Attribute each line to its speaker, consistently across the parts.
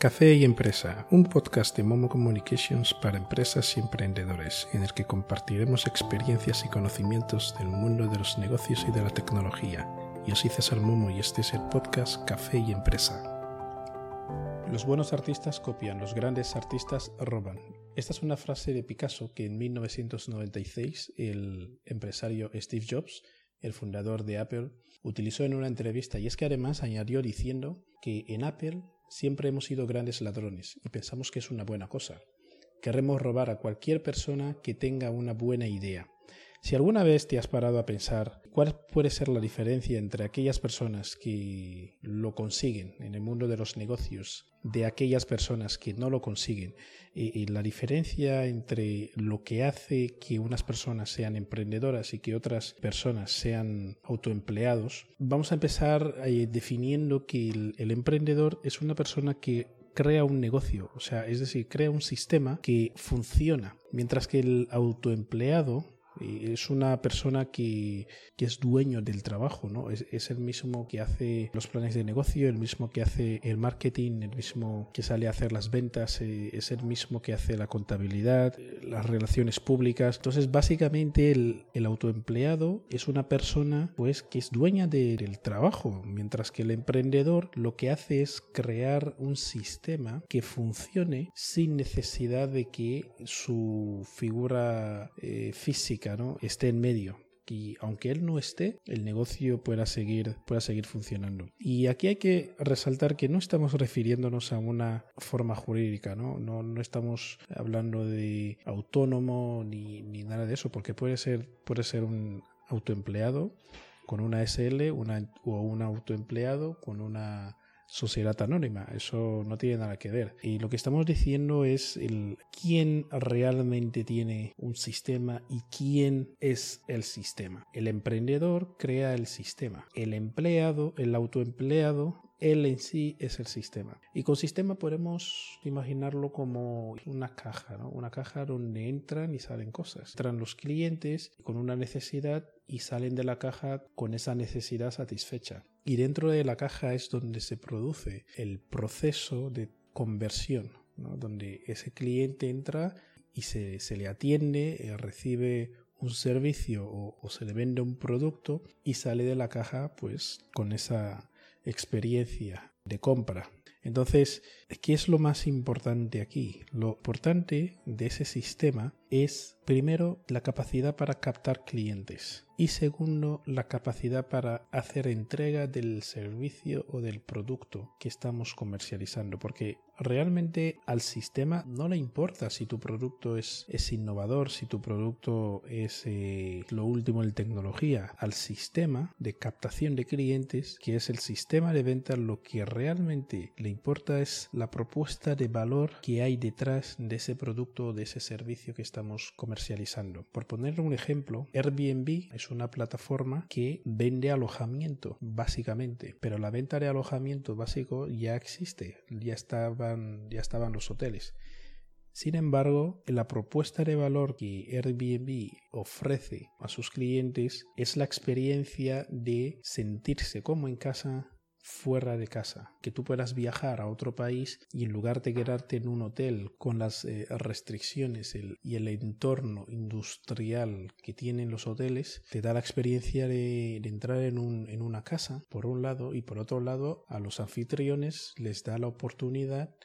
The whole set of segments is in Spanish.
Speaker 1: Café y Empresa, un podcast de Momo Communications para empresas y emprendedores, en el que compartiremos experiencias y conocimientos del mundo de los negocios y de la tecnología. Yo soy César Momo y este es el podcast Café y Empresa. Los buenos artistas copian, los grandes artistas roban. Esta es una frase de Picasso que en 1996 el empresario Steve Jobs, el fundador de Apple, utilizó en una entrevista, y es que además añadió diciendo que en Apple siempre hemos sido grandes ladrones y pensamos que es una buena cosa. Queremos robar a cualquier persona que tenga una buena idea. Si alguna vez te has parado a pensar cuál puede ser la diferencia entre aquellas personas que lo consiguen en el mundo de los negocios de aquellas personas que no lo consiguen, y la diferencia entre lo que hace que unas personas sean emprendedoras y que otras personas sean autoempleados, vamos a empezar definiendo que el emprendedor es una persona que crea un negocio, es decir, crea un sistema que funciona, mientras que el autoempleado es una persona que es dueño del trabajo, ¿no? Es el mismo que hace los planes de negocio, el mismo que hace el marketing, el mismo que sale a hacer las ventas, es el mismo que hace la contabilidad, las relaciones públicas. Entonces, básicamente, el autoempleado es una persona pues que es dueña del trabajo, mientras que el emprendedor lo que hace es crear un sistema que funcione sin necesidad de que su figura física, ¿no?, esté en medio, y aunque él no esté, el negocio pueda seguir funcionando. Y aquí hay que resaltar que no estamos refiriéndonos a una forma jurídica, no estamos hablando de autónomo ni nada de eso, porque puede ser un autoempleado con una SL o un autoempleado con una sociedad anónima. Eso no tiene nada que ver. Y lo que estamos diciendo es quién realmente tiene un sistema y quién es el sistema. El emprendedor crea el sistema. El empleado, el autoempleado, él en sí es el sistema. Y con sistema podemos imaginarlo como una caja, ¿no? Una caja donde entran y salen cosas. Entran los clientes con una necesidad y salen de la caja con esa necesidad satisfecha. Y dentro de la caja es donde se produce el proceso de conversión, ¿no? Donde ese cliente entra y se le atiende, recibe un servicio o se le vende un producto y sale de la caja pues con esa experiencia de compra. Entonces, ¿qué es lo más importante aquí? Lo importante de ese sistema es, primero, la capacidad para captar clientes y, segundo, la capacidad para hacer entrega del servicio o del producto que estamos comercializando, porque realmente al sistema no le importa si tu producto es innovador, si tu producto es lo último en tecnología. Al sistema de captación de clientes, que es el sistema de venta, lo que realmente le importa es la propuesta de valor que hay detrás de ese producto o de ese servicio que estamos comercializando. Por poner un ejemplo, Airbnb es una plataforma que vende alojamiento, básicamente, pero la venta de alojamiento básico ya existe, ya estaban los hoteles. Sin embargo, la propuesta de valor que Airbnb ofrece a sus clientes es la experiencia de sentirse como en casa, fuera de casa, que tú puedas viajar a otro país y en lugar de quedarte en un hotel con las restricciones y el entorno industrial que tienen los hoteles, te da la experiencia de entrar en una casa, por un lado, y por otro lado a los anfitriones les da la oportunidad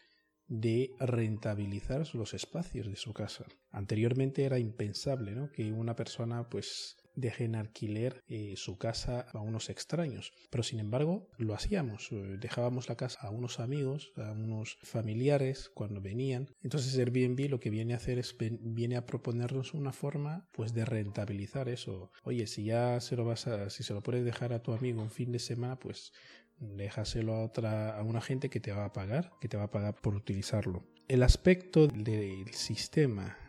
Speaker 1: de rentabilizar los espacios de su casa. Anteriormente era impensable, ¿no?, que una persona pues deje en alquiler su casa a unos extraños, pero sin embargo lo hacíamos, dejábamos la casa a unos amigos, a unos familiares cuando venían. Entonces Airbnb lo que viene a hacer es viene a proponernos una forma pues de rentabilizar eso. Oye, si se lo puedes dejar a tu amigo un fin de semana, pues déjaselo a una gente que te va a pagar por utilizarlo. El aspecto del sistema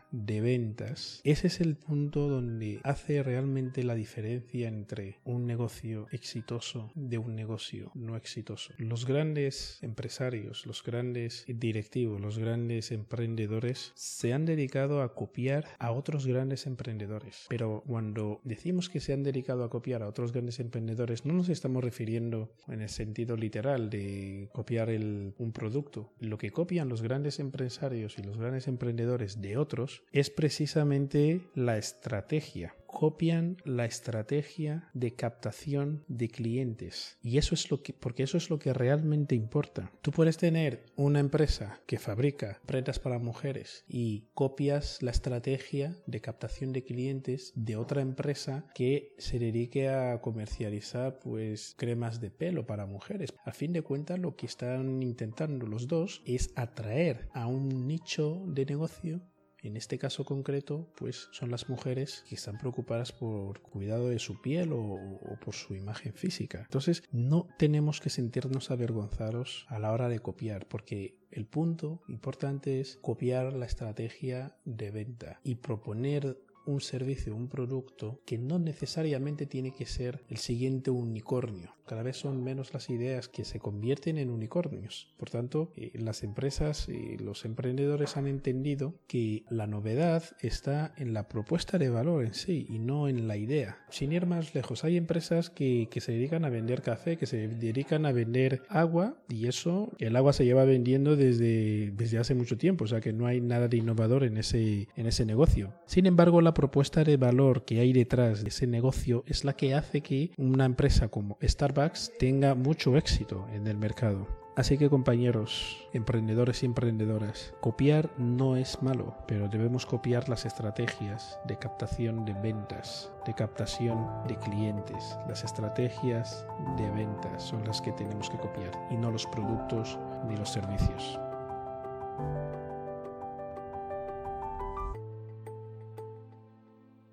Speaker 1: de ventas, ese es el punto donde hace realmente la diferencia entre un negocio exitoso de un negocio no exitoso. Los grandes empresarios, los grandes directivos, los grandes emprendedores se han dedicado a copiar a otros grandes emprendedores. Pero cuando decimos que se han dedicado a copiar a otros grandes emprendedores, no nos estamos refiriendo en el sentido literal de copiar un producto. Lo que copian los grandes empresarios y los grandes emprendedores de otros es precisamente la estrategia. Copian la estrategia de captación de clientes, y porque eso es lo que realmente importa. Tú puedes tener una empresa que fabrica prendas para mujeres y copias la estrategia de captación de clientes de otra empresa que se dedique a comercializar pues cremas de pelo para mujeres. A fin de cuentas, lo que están intentando los dos es atraer a un nicho de negocio. En este caso concreto, pues son las mujeres que están preocupadas por cuidado de su piel o por su imagen física. Entonces, no tenemos que sentirnos avergonzados a la hora de copiar, porque el punto importante es copiar la estrategia de venta y proponer un servicio, un producto que no necesariamente tiene que ser el siguiente unicornio. Cada vez son menos las ideas que se convierten en unicornios. Por tanto, las empresas y los emprendedores han entendido que la novedad está en la propuesta de valor en sí y no en la idea. Sin ir más lejos, hay empresas que se dedican a vender café, que se dedican a vender agua, y eso, el agua se lleva vendiendo desde hace mucho tiempo, o sea que no hay nada de innovador en ese negocio. Sin embargo, la propuesta de valor que hay detrás de ese negocio es la que hace que una empresa como Starbucks tenga mucho éxito en el mercado. Así que, compañeros, emprendedores y emprendedoras, copiar no es malo, pero debemos copiar las estrategias de captación de ventas, de captación de clientes. Las estrategias de ventas son las que tenemos que copiar y no los productos ni los servicios.